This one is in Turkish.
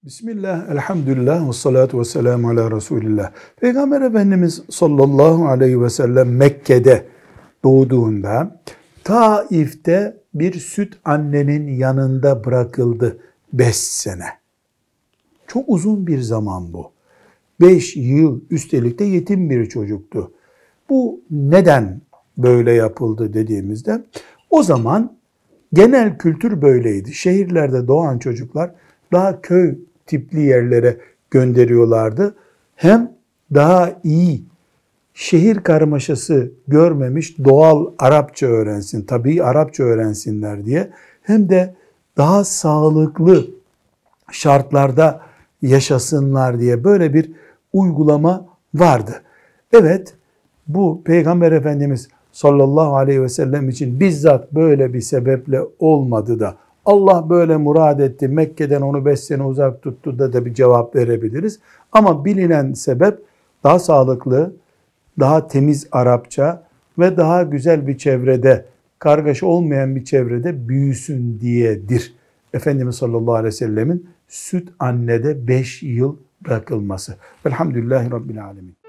Bismillah, elhamdülillah, ve salatu ve selamu ala Resulillah. Peygamber Efendimiz sallallahu aleyhi ve sellem Mekke'de doğduğunda Taif'te bir süt annenin yanında bırakıldı 5 sene. Çok uzun bir zaman bu. 5 yıl üstelik de yetim bir çocuktu. Bu neden böyle yapıldı dediğimizde o zaman genel kültür böyleydi. Şehirlerde doğan çocuklar daha köy tipli yerlere gönderiyorlardı. Hem daha iyi şehir karmaşası görmemiş doğal Arapça öğrensin, tabii Arapça öğrensinler diye, hem de daha sağlıklı şartlarda yaşasınlar diye böyle bir uygulama vardı. Evet, bu Peygamber Efendimiz sallallahu aleyhi ve sellem için bizzat böyle bir sebeple olmadı da Allah böyle murad etti, Mekke'den onu 5 sene uzak tuttu da bir cevap verebiliriz. Ama bilinen sebep daha sağlıklı, daha temiz Arapça ve daha güzel bir çevrede, kargaşa olmayan bir çevrede büyüsün diyedir. Efendimiz sallallahu aleyhi ve sellemin süt annede 5 yıl bırakılması. Velhamdülillahi Rabbil alemin.